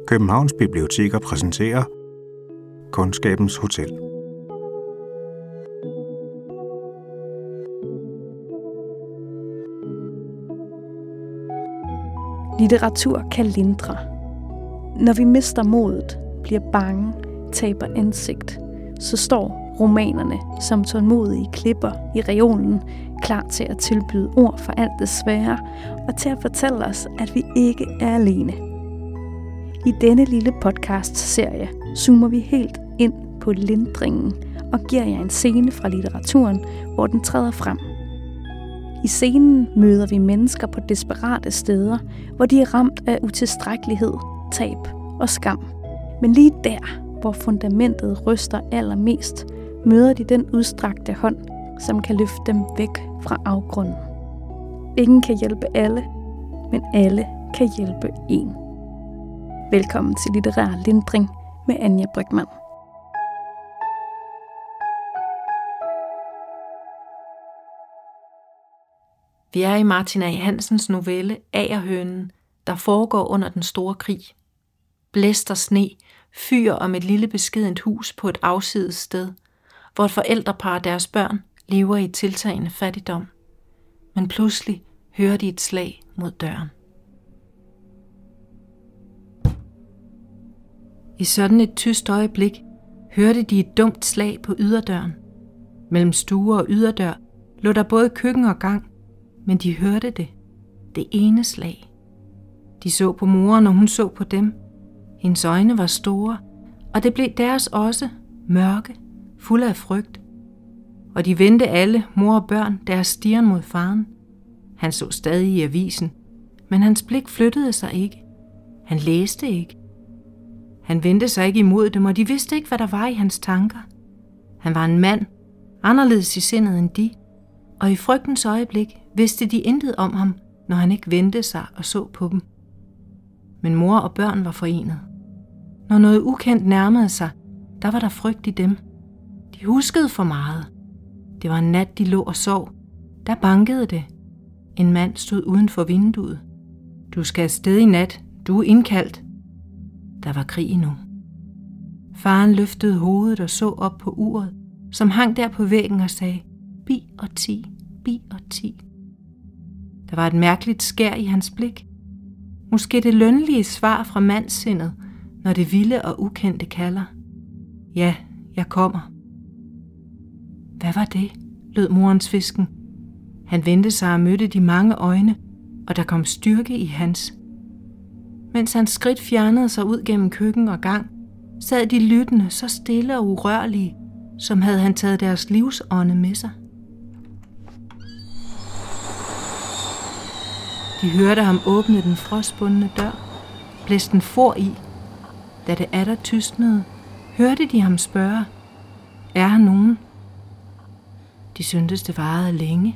Københavns Biblioteker præsenterer Kundskabens Hotel. Litteratur kan lindre. Når vi mister modet, bliver bange, taber ansigt, så står romanerne som tålmodige klipper i reolen, klar til at tilbyde ord for alt det svære, og til at fortælle os, at vi ikke er alene. I denne lille podcast-serie zoomer vi helt ind på lindringen og giver jer en scene fra litteraturen, hvor den træder frem. I scenen møder vi mennesker på desperate steder, hvor de er ramt af utilstrækkelighed, tab og skam. Men lige der, hvor fundamentet ryster allermest, møder de den udstrakte hånd, som kan løfte dem væk fra afgrunden. Ingen kan hjælpe alle, men alle kan hjælpe en. Velkommen til Litterær Lindring med Anja Brygmann. Vi er i Martin A. Hansens novelle Agerhønen, der foregår under den store krig. Blæst og sne, fyr om et lille beskedent hus på et afsides sted, hvor et forældrepar og deres børn lever i tiltagende fattigdom. Men pludselig hører de et slag mod døren. I sådan et tyst øjeblik hørte de et dumt slag på yderdøren. Mellem stue og yderdør lå der både køkken og gang, men de hørte det ene slag. De så på moren, og hun så på dem. Hendes øjne var store, og det blev deres også, mørke, fulde af frygt. Og de vendte alle, mor og børn, deres stirren mod faren. Han så stadig i avisen, men hans blik flyttede sig ikke. Han læste ikke. Han vendte sig ikke imod dem, og de vidste ikke, hvad der var i hans tanker. Han var en mand, anderledes i sindet end de, og i frygtens øjeblik vidste de intet om ham, når han ikke vendte sig og så på dem. Men mor og børn var forenet. Når noget ukendt nærmede sig, der var der frygt i dem. De huskede for meget. Det var en nat, de lå og sov. Der bankede det. En mand stod uden for vinduet. Du skal afsted i nat. Du er indkaldt. Der var krig nu. Faren løftede hovedet og så op på uret, som hang der på væggen og sagde, bi og 10, bi og 10. Der var et mærkeligt skær i hans blik. Måske det lønlige svar fra mandssindet, når det vilde og ukendte kalder. Ja, jeg kommer. Hvad var det? Lød morens hvisken. Han vendte sig og mødte de mange øjne, og der kom styrke i hans. Mens hans skridt fjernede sig ud gennem køkken og gang, sad de lyttende så stille og urørlige, som havde han taget deres livsånde med sig. De hørte ham åbne den frostbundne dør. Blæsten for i. Da det atter tystnede, hørte de ham spørge, er her nogen? De syntes, det varede længe.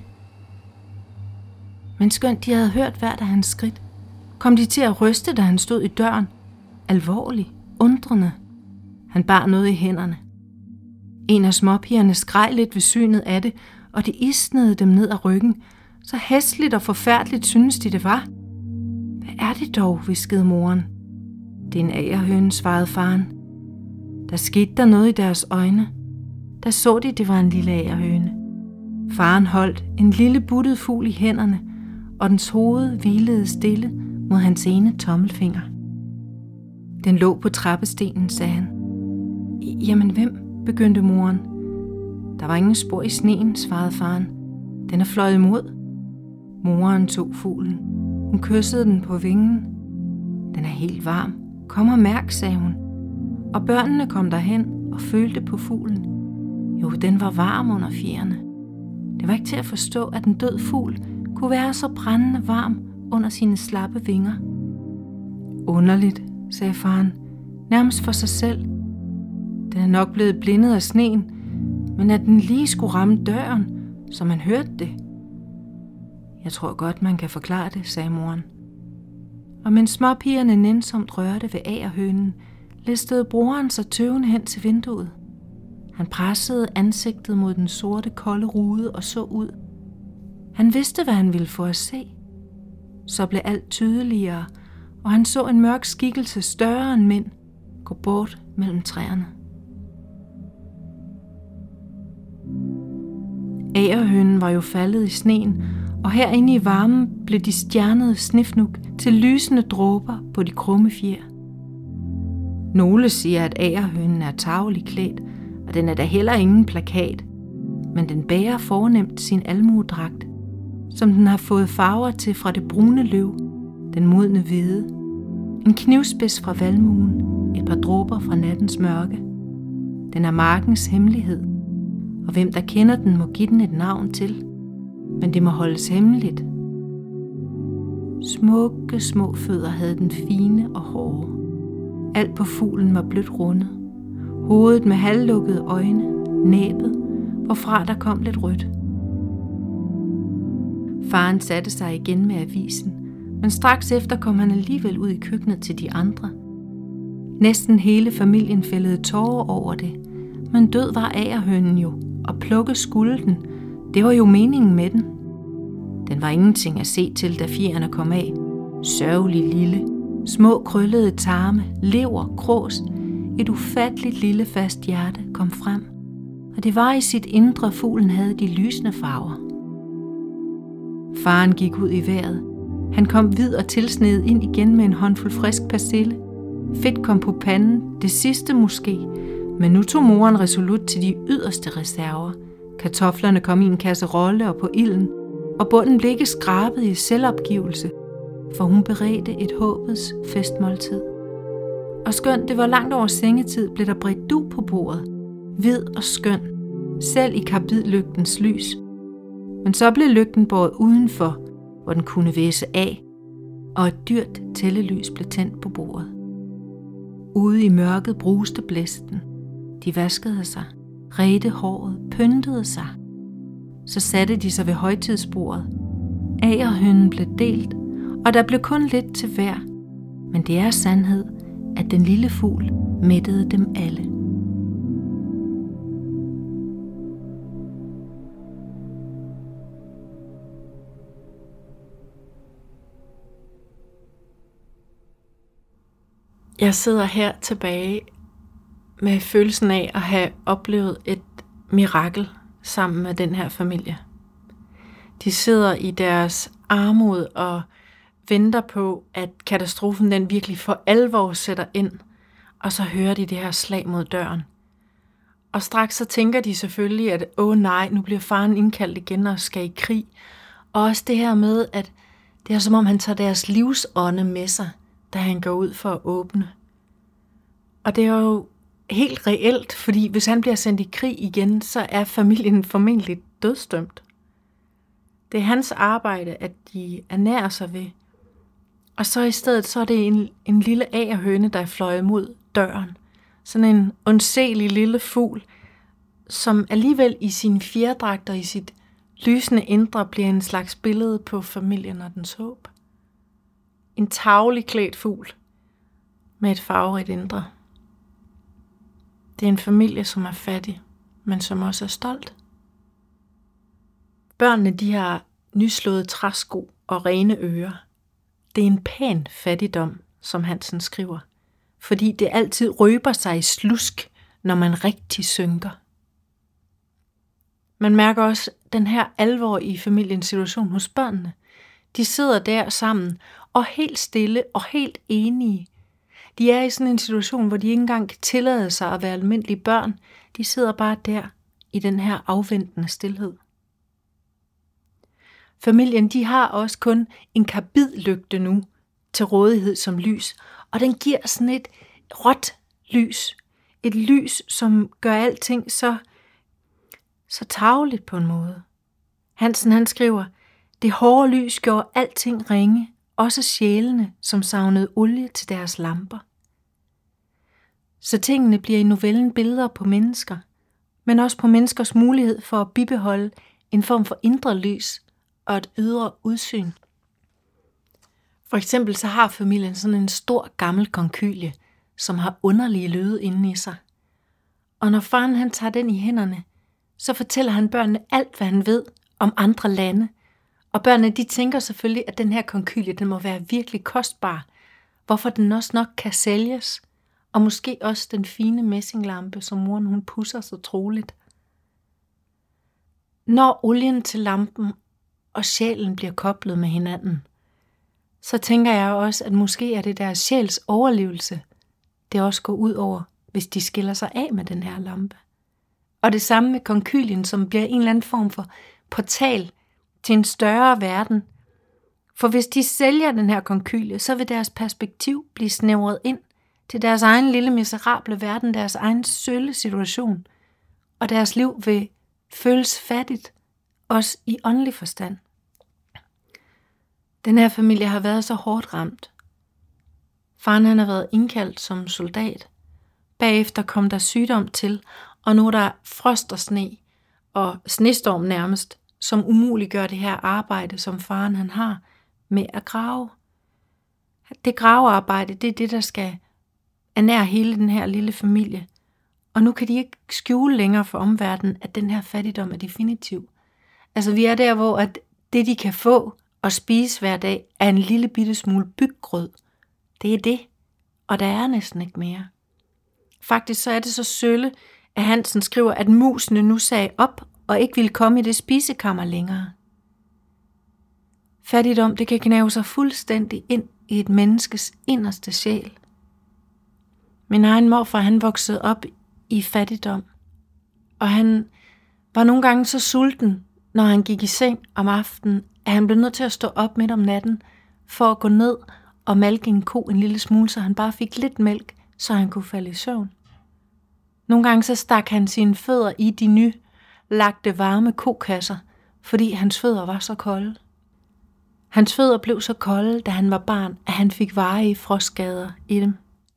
Men skønt de havde hørt hvert af hans skridt, kom de til at ryste, da han stod i døren. Alvorlig, undrende. Han bar noget i hænderne. En af småpigerne skreg lidt ved synet af det, og det isnede dem ned ad ryggen. Så hæsligt og forfærdeligt synes de, det var. Hvad er det dog, hviskede moren. Det er en agerhøne, svarede faren. Der skete der noget i deres øjne. Der så de, det var en lille agerhøne. Faren holdt en lille buttet fugl i hænderne, og dens hoved hvilede stille mod hans ene tommelfinger. Den lå på trappestenen, sagde han. Jamen hvem? Begyndte moren. Der var ingen spor i sneen, svarede faren. Den er fløjet imod. Moren tog fuglen. Hun kyssede den på vingen. Den er helt varm. Kom og mærk, sagde hun. Og børnene kom derhen og følte på fuglen. Jo, den var varm under fjerene. Det var ikke til at forstå, at en død fugl kunne være så brændende varm under sine slappe vinger. Underligt, sagde faren, nærmest for sig selv. Den er nok blevet blindet af sneen, men at den lige skulle ramme døren, så man hørte det. Jeg tror godt, man kan forklare det, sagde moren. Og mens småpigerne nænsomt rørte ved agerhønen, listede broren sig tøvende hen til vinduet. Han pressede ansigtet mod den sorte, kolde rude og så ud. Han vidste, hvad han ville få at se. Så blev alt tydeligere, og han så en mørk skikkelse større end mænd gå bort mellem træerne. Agerhønen var jo faldet i sneen, og herinde i varmen blev de stjernede snifnuk til lysende dråber på de krumme fjer. Nogle siger, at agerhønen er tarveligt klædt, og den er da heller ingen plakat, men den bærer fornemt sin almuedragt, som den har fået farver til fra det brune løv, den modne hvide, en knivspids fra valmuen, et par dråber fra nattens mørke. Den er markens hemmelighed, og hvem der kender den, må give den et navn til, men det må holdes hemmeligt. Smukke små fødder havde den fine og hårde. Alt på fuglen var blødt rundet. Hovedet med halvlukkede øjne, næbet, hvorfra der kom lidt rødt. Faren satte sig igen med avisen, men straks efter kom han alligevel ud i køkkenet til de andre. Næsten hele familien fældede tårer over det, men død var agerhønen jo, og plukke skulle den. Det var jo meningen med den. Den var ingenting at se til, da fjerne kom af. Sørgelig lille, små krøllede tarme, lever, krås, et ufatteligt lille fast hjerte kom frem, og det var i sit indre, fuglen havde de lysende farver. Faren gik ud i vejret. Han kom hvid og tilsnedet ind igen med en håndfuld frisk persille. Fedt kom på panden, det sidste måske, men nu tog moren resolut til de yderste reserver. Kartoflerne kom i en kasserolle og på ilden, og bunden blev ikke skrabet i selvopgivelse, for hun beredte et håbets festmåltid. Og skønt det var langt over sengetid, blev der bredt dug på bordet, hvid og skøn, selv i karbidlygtens lys. Men så blev lygten båret udenfor, hvor den kunne væse af, og et dyrt tællelys blev tændt på bordet. Ude i mørket bruste blæsten. De vaskede sig, redte håret, pyntede sig. Så satte de sig ved højtidsbordet. Agerhønen blev delt, og der blev kun lidt til hver. Men det er sandhed, at den lille fugl mættede dem alle. Jeg sidder her tilbage med følelsen af at have oplevet et mirakel sammen med den her familie. De sidder i deres armod og venter på, at katastrofen den virkelig for alvor sætter ind, og så hører de det her slag mod døren. Og straks så tænker de selvfølgelig, at nej, nu bliver faren indkaldt igen og skal i krig. Og også det her med, at det er som om han tager deres livsånde med sig, da han går ud for at åbne. Og det er jo helt reelt, fordi hvis han bliver sendt i krig igen, så er familien formentlig dødsdømt. Det er hans arbejde, at de ernærer sig ved. Og så i stedet, så er det en lille agerhøne, der er fløjet mod døren. Sådan en undselig lille fugl, som alligevel i sin fjerdragt og i sit lysende indre bliver en slags billede på familien og dens håb. En tarvelig klædt fugl med et farverigt indre. Det er en familie, som er fattig, men som også er stolt. Børnene, de har nyslåede træsko og rene ører. Det er en pæn fattigdom, som Hansen skriver, fordi det altid røber sig i slusk, når man rigtig synker. Man mærker også den her alvor i familiens situation hos børnene. De sidder der sammen og helt stille og helt enige. De er i sådan en situation, hvor de ikke engang kan tillade sig at være almindelige børn. De sidder bare der i den her afventende stilhed. Familien, de har også kun en karbidlygte nu til rådighed som lys, og den giver sådan et råt lys. Et lys, som gør alting så tarveligt på en måde. Hansen, han skriver, det hårde lys gjorde alting ringe, også sjælene, som savnede olie til deres lamper. Så tingene bliver i novellen billeder på mennesker, men også på menneskers mulighed for at bibeholde en form for indre lys og et ydre udsyn. For eksempel så har familien sådan en stor gammel konkylie, som har underlige lyde inde i sig. Og når faren han tager den i hænderne, så fortæller han børnene alt, hvad han ved om andre lande. Og børnene, de tænker selvfølgelig, at den her konkylie, den må være virkelig kostbar. hvorfor den også nok kan sælges, og måske også den fine messinglampe, som moren hun pudser så troligt. Når olien til lampen og sjælen bliver koblet med hinanden, så tænker jeg også, at måske er det deres sjæls overlevelse, det også går ud over, hvis de skiller sig af med den her lampe. Og det samme med konkylien, som bliver en eller anden form for portal til en større verden. For hvis de sælger den her konkylie, så vil deres perspektiv blive snævret ind til deres egen lille miserable verden, deres egen sølle situation, og deres liv vil føles fattigt, også i åndelig forstand. Den her familie har været så hårdt ramt. Faren han har været indkaldt som soldat. Bagefter kom der sygdom til, og nu er der frost og sne, og snestorm nærmest, som umuliggør det her arbejde, som faren han har med at grave. Det gravearbejde, det er det, der skal ernære hele den her lille familie. Og nu kan de ikke skjule længere for omverdenen, at den her fattigdom er definitiv. Altså vi er der, hvor at det de kan få og spise hver dag, er en lille bitte smule byggrød. Det er det, og der er næsten ikke mere. Faktisk så er det så sølle, at Hansen skriver, at musene nu sagde op og ikke ville komme i det spisekammer længere. Fattigdom, det kan gnave sig fuldstændig ind i et menneskes inderste sjæl. Min egen morfar, han voksede op i fattigdom, og han var nogle gange så sulten, når han gik i seng om aftenen, at han blev nødt til at stå op midt om natten for at gå ned og malke en ko en lille smule, så han bare fik lidt mælk, så han kunne falde i søvn. Nogle gange så stak han sine fødder i de nylagte varme kokasser, fordi hans fødder var så kolde. Hans fødder blev så kolde, da han var barn, at han fik varige frostskader i dem.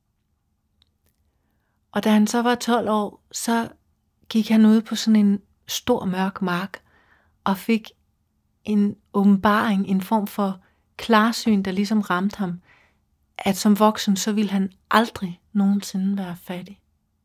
Og da han så var 12 år, så gik han ud på sådan en stor mørk mark og fik en åbenbaring, en form for klarsyn, der ligesom ramte ham, at som voksen, så ville han aldrig nogensinde være fattig.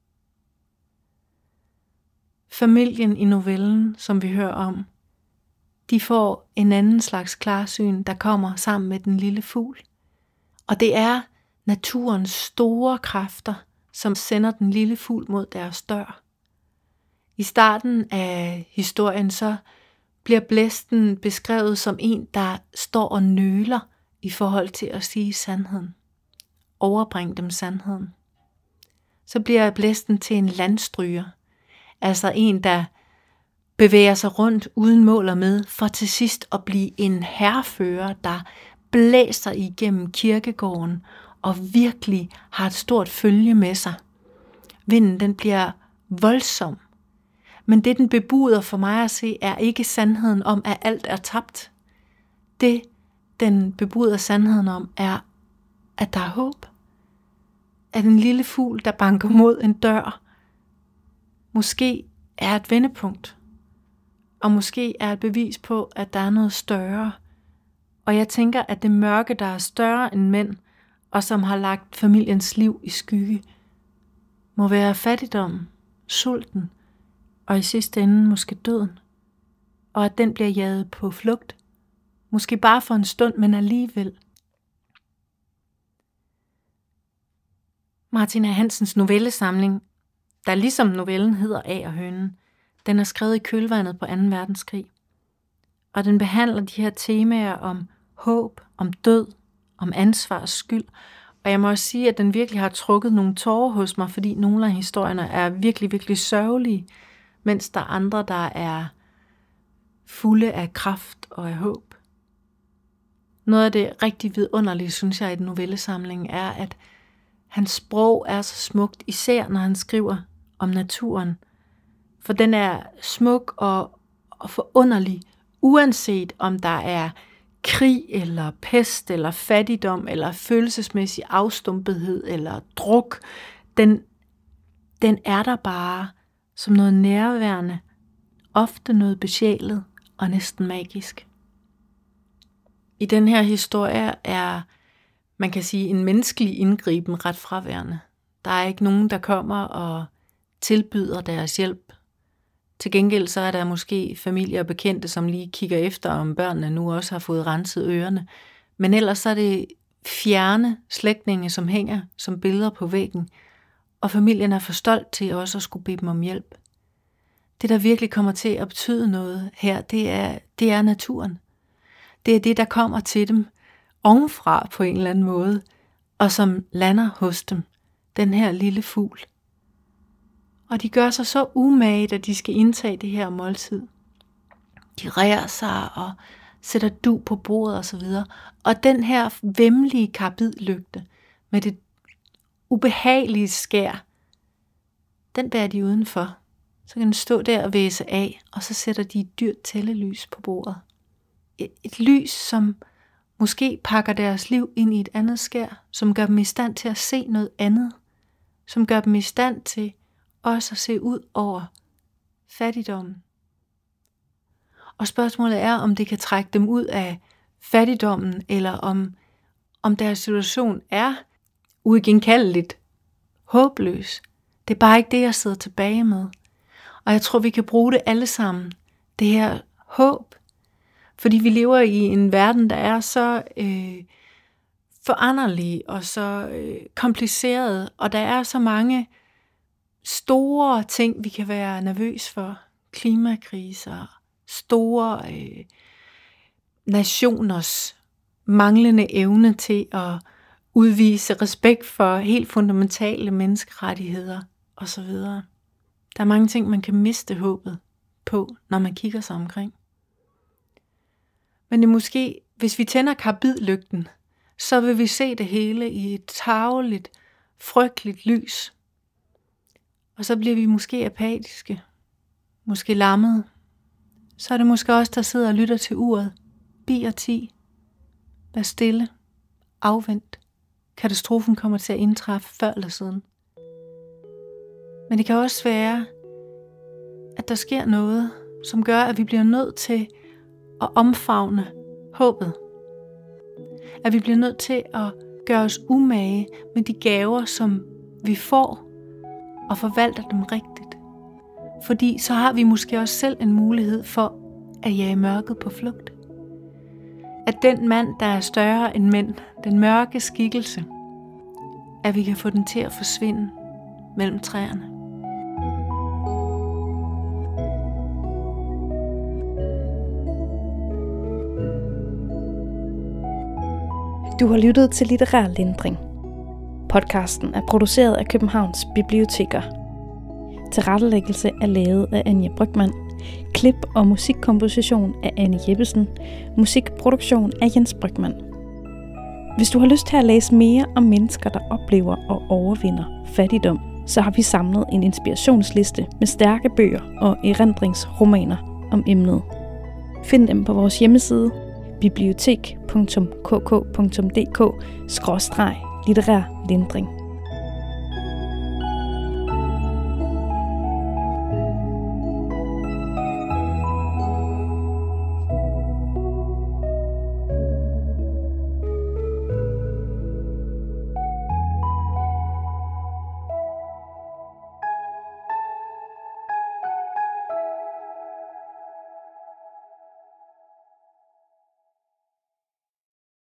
Familien i novellen, som vi hører om, de får en anden slags klarsyn, der kommer sammen med den lille fugl. Og det er naturens store kræfter, som sender den lille fugl mod deres dør. I starten af historien så bliver blæsten beskrevet som en, der står og nøler i forhold til at sige sandheden. Overbring dem sandheden. Så bliver blæsten til en landstryger, altså en, der bevæger sig rundt uden mål og med, for til sidst at blive en hærfører, der blæser igennem kirkegården og virkelig har et stort følge med sig. Vinden den bliver voldsom, men det den bebuder for mig at se, er ikke sandheden om, at alt er tabt. Det den bebuder sandheden om, er, at der er håb. At en lille fugl, der banker mod en dør, måske er et vendepunkt, og måske er et bevis på, at der er noget større. Og jeg tænker, at det mørke, der er større end mænd, og som har lagt familiens liv i skygge, må være fattigdom, sulten, og i sidste ende måske døden. Og at den bliver jaget på flugt, måske bare for en stund, men alligevel. Martin A. Hansens novellesamling, der ligesom novellen hedder Agerhønen, den er skrevet i kølvandet på 2. verdenskrig. Og den behandler de her temaer om håb, om død, om ansvar og skyld. Og jeg må også sige, at den virkelig har trukket nogle tårer hos mig, fordi nogle af historierne er virkelig, virkelig sørgelige, mens der er andre, der er fulde af kraft og af håb. Noget af det rigtig vidunderlige, synes jeg, i den novellesamling, er, at hans sprog er så smukt, især når han skriver om naturen. For den er smuk og forunderlig, uanset om der er krig eller pest eller fattigdom eller følelsesmæssig afstumpethed eller druk. Den er der bare som noget nærværende, ofte noget besjælet og næsten magisk. I den her historie er, man kan sige, en menneskelig indgriben ret fraværende. Der er ikke nogen, der kommer og tilbyder deres hjælp. Til gengæld så er der måske familie og bekendte, som lige kigger efter, om børnene nu også har fået renset ørerne. Men ellers så er det fjerne slægtninge, som hænger som billeder på væggen, og familien er for stolt til også at skulle bede dem om hjælp. Det, der virkelig kommer til at betyde noget her, det er naturen. Det er det, der kommer til dem ovenfra på en eller anden måde, og som lander hos dem, den her lille fugl. Og de gør sig så umage, at de skal indtage det her måltid. De rærer sig og sætter du på bordet og så videre. Og den her væmmelige karbidlygte med det ubehagelige skær, den bærer de udenfor. Så kan den stå der og væse af, og så sætter de et dyrt tællelys på bordet. Et lys, som måske pakker deres liv ind i et andet skær, som gør dem i stand til at se noget andet, som gør dem i stand til også at se ud over fattigdommen. Og spørgsmålet er, om det kan trække dem ud af fattigdommen, eller om deres situation er uigenkaldeligt håbløs. Det er bare ikke det, jeg sidder tilbage med. Og jeg tror, vi kan bruge det alle sammen, det her håb. Fordi vi lever i en verden, der er så foranderlig og så kompliceret, og der er så mange store ting, vi kan være nervøs for. Klimakriser, store nationers manglende evne til at udvise respekt for helt fundamentale menneskerettigheder osv. Der er mange ting, man kan miste håbet på, når man kigger sig omkring. Men det er måske, hvis vi tænder karbidlygten, så vil vi se det hele i et tarveligt, frygteligt lys. Og så bliver vi måske apatiske, måske lammede. Så er det måske også der sidder og lytter til uret. Bi og 10. Vær stille. Afvent. Katastrofen kommer til at indtræffe før eller siden. Men det kan også være, at der sker noget, som gør, at vi bliver nødt til at omfavne håbet. At vi bliver nødt til at gøre os umage med de gaver, som vi får, og forvalter dem rigtigt. Fordi så har vi måske også selv en mulighed for at jage mørket på flugt. At den mand, der er større end mænd, den mørke skikkelse, at vi kan få den til at forsvinde mellem træerne. Du har lyttet til Litterær Lindring. Podcasten er produceret af Københavns Biblioteker. Tilrettelæggelse er lavet af Anja Brygmann. Klip og musikkomposition af Anne Jeppesen. Musikproduktion af Jens Brygmann. Hvis du har lyst til at læse mere om mennesker, der oplever og overvinder fattigdom, så har vi samlet en inspirationsliste med stærke bøger og erindringsromaner om emnet. Find dem på vores hjemmeside bibliotek.kk.dk/litterær lindring.